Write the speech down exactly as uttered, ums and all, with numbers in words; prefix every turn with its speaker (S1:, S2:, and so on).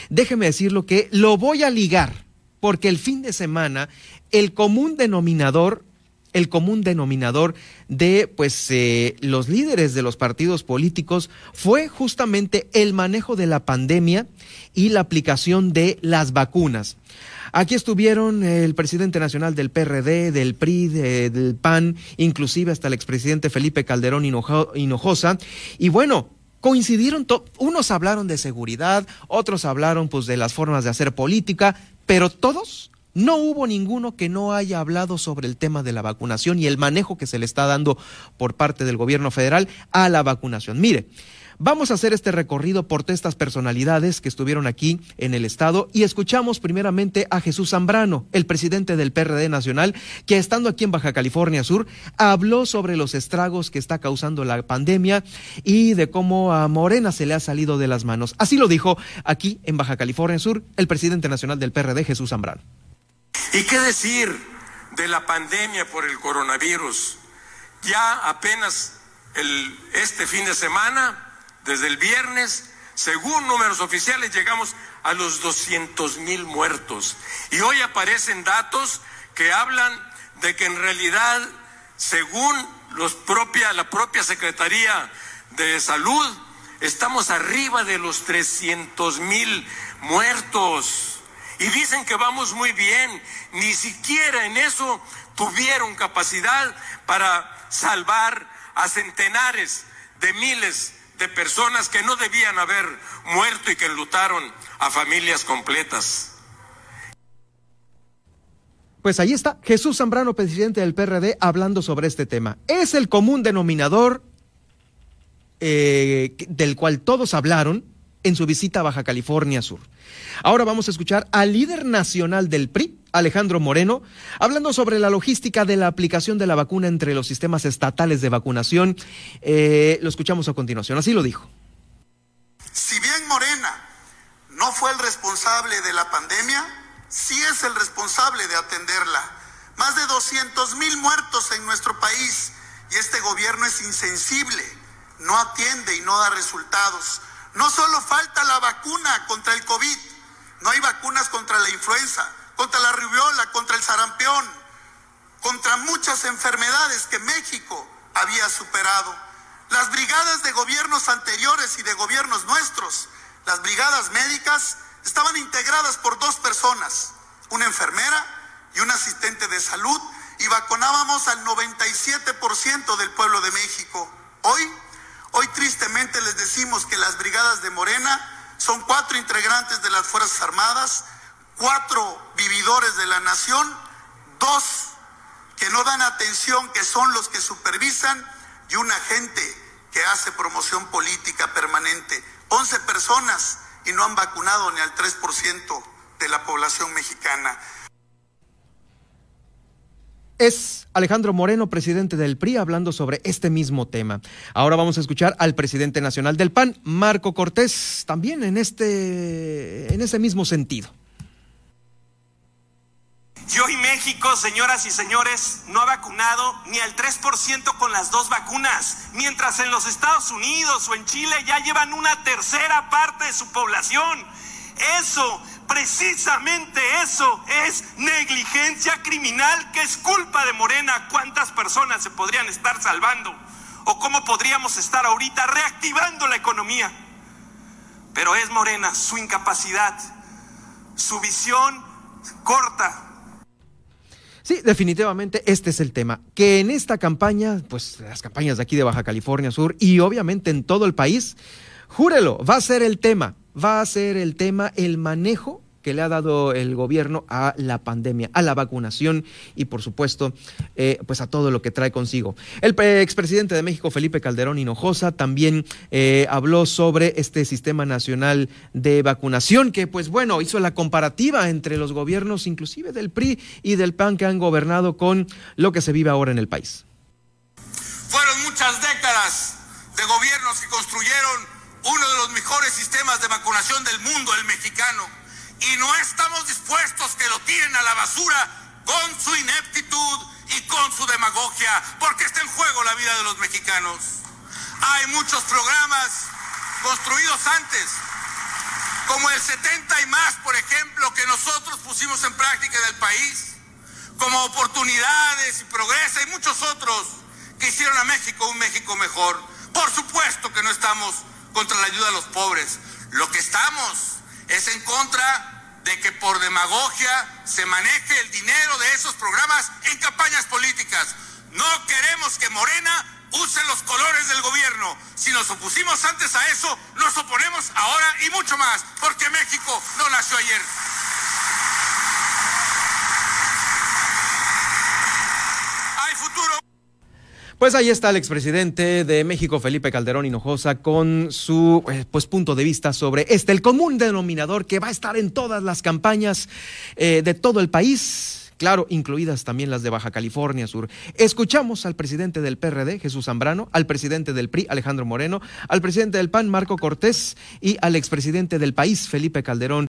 S1: déjeme decirlo que lo voy a ligar, porque el fin de semana el común denominador, el común denominador de pues eh, los líderes de los partidos políticos fue justamente el manejo de la pandemia y la aplicación de las vacunas. Aquí estuvieron el presidente nacional del P R D, del P R I, de, del P A N, inclusive hasta el expresidente Felipe Calderón Hinojo, Hinojosa, y bueno, coincidieron, to- unos hablaron de seguridad, otros hablaron pues de las formas de hacer política, pero todos, no hubo ninguno que no haya hablado sobre el tema de la vacunación y el manejo que se le está dando por parte del gobierno federal a la vacunación. Mire, vamos a hacer este recorrido por estas personalidades que estuvieron aquí en el estado y escuchamos primeramente a Jesús Zambrano, el presidente del P R D nacional, que estando aquí en Baja California Sur, habló sobre los estragos que está causando la pandemia y de cómo a Morena se le ha salido de las manos. Así lo dijo aquí en Baja California Sur el presidente nacional del P R D, Jesús Zambrano.
S2: ¿Y qué decir de la pandemia por el coronavirus? Ya apenas el, este fin de semana, desde el viernes, según números oficiales, llegamos a los doscientos mil muertos. Y hoy aparecen datos que hablan de que en realidad, según los propia, la propia Secretaría de Salud, estamos arriba de los trescientos mil muertos. Y dicen que vamos muy bien, ni siquiera en eso tuvieron capacidad para salvar a centenares de miles de personas que no debían haber muerto y que enlutaron a familias completas.
S1: Pues ahí está Jesús Zambrano, presidente del P R D, hablando sobre este tema. Es el común denominador eh, del cual todos hablaron en su visita a Baja California Sur. Ahora vamos a escuchar al líder nacional del P R I, Alejandro Moreno, hablando sobre la logística de la aplicación de la vacuna entre los sistemas estatales de vacunación. Eh, lo escuchamos a continuación, así lo dijo.
S3: Si bien Morena no fue el responsable de la pandemia, sí es el responsable de atenderla. Más de doscientos mil muertos en nuestro país y este gobierno es insensible, no atiende y no da resultados. No solo falta la vacuna contra el COVID, no hay vacunas contra la influenza, contra la rubiola, contra el sarampión, contra muchas enfermedades que México había superado. Las brigadas de gobiernos anteriores y de gobiernos nuestros, las brigadas médicas, estaban integradas por dos personas, una enfermera y un asistente de salud, y vacunábamos al noventa y siete por ciento del pueblo de México. Hoy, hoy tristemente les decimos que las brigadas de Morena son cuatro integrantes de las Fuerzas Armadas, cuatro vividores de la nación, dos que no dan atención, que son los que supervisan, y un agente que hace promoción política permanente. once personas y no han vacunado ni al tres por ciento de la población mexicana.
S1: Es Alejandro Moreno, presidente del P R I, hablando sobre este mismo tema. Ahora vamos a escuchar al presidente nacional del P A N, Marco Cortés, también en este, en ese mismo sentido.
S4: Y hoy México, señoras y señores, no ha vacunado ni al tres por ciento con las dos vacunas, mientras en los Estados Unidos o en Chile ya llevan una tercera parte de su población. Eso, precisamente eso, es negligencia criminal, que es culpa de Morena. ¿Cuántas personas se podrían estar salvando? ¿O cómo podríamos estar ahorita reactivando la economía? Pero es Morena, su incapacidad, su visión corta.
S1: Sí, definitivamente este es el tema, que en esta campaña, pues las campañas de aquí de Baja California Sur y obviamente en todo el país, júrelo, va a ser el tema, va a ser el tema el manejo que le ha dado el gobierno a la pandemia, a la vacunación y por supuesto, eh, pues a todo lo que trae consigo. El expresidente de México, Felipe Calderón Hinojosa, también eh, habló sobre este sistema nacional de vacunación, que pues bueno, hizo la comparativa entre los gobiernos, inclusive del P R I y del P A N, que han gobernado con lo que se vive ahora en el país.
S3: Fueron muchas décadas de gobiernos que construyeron uno de los mejores sistemas de vacunación del mundo, el mexicano. Y no estamos dispuestos que lo tiren a la basura con su ineptitud y con su demagogia, porque está en juego la vida de los mexicanos. Hay muchos programas construidos antes como el setenta y más, por ejemplo, que nosotros pusimos en práctica en el país, como oportunidades y progreso y muchos otros que hicieron a México un México mejor. Por supuesto que no estamos contra la ayuda a los pobres. Lo que estamos es en contra de que por demagogia se maneje el dinero de esos programas en campañas políticas. No queremos que Morena use los colores del gobierno. Si nos opusimos antes a eso, nos oponemos ahora y mucho más, porque México no nació ayer. Hay futuro.
S1: Pues ahí está el expresidente de México, Felipe Calderón Hinojosa, con su eh, pues punto de vista sobre este, el común denominador que va a estar en todas las campañas eh, de todo el país, claro, incluidas también las de Baja California Sur. Escuchamos al presidente del P R D, Jesús Zambrano, al presidente del P R I, Alejandro Moreno, al presidente del P A N, Marco Cortés, y al expresidente del país, Felipe Calderón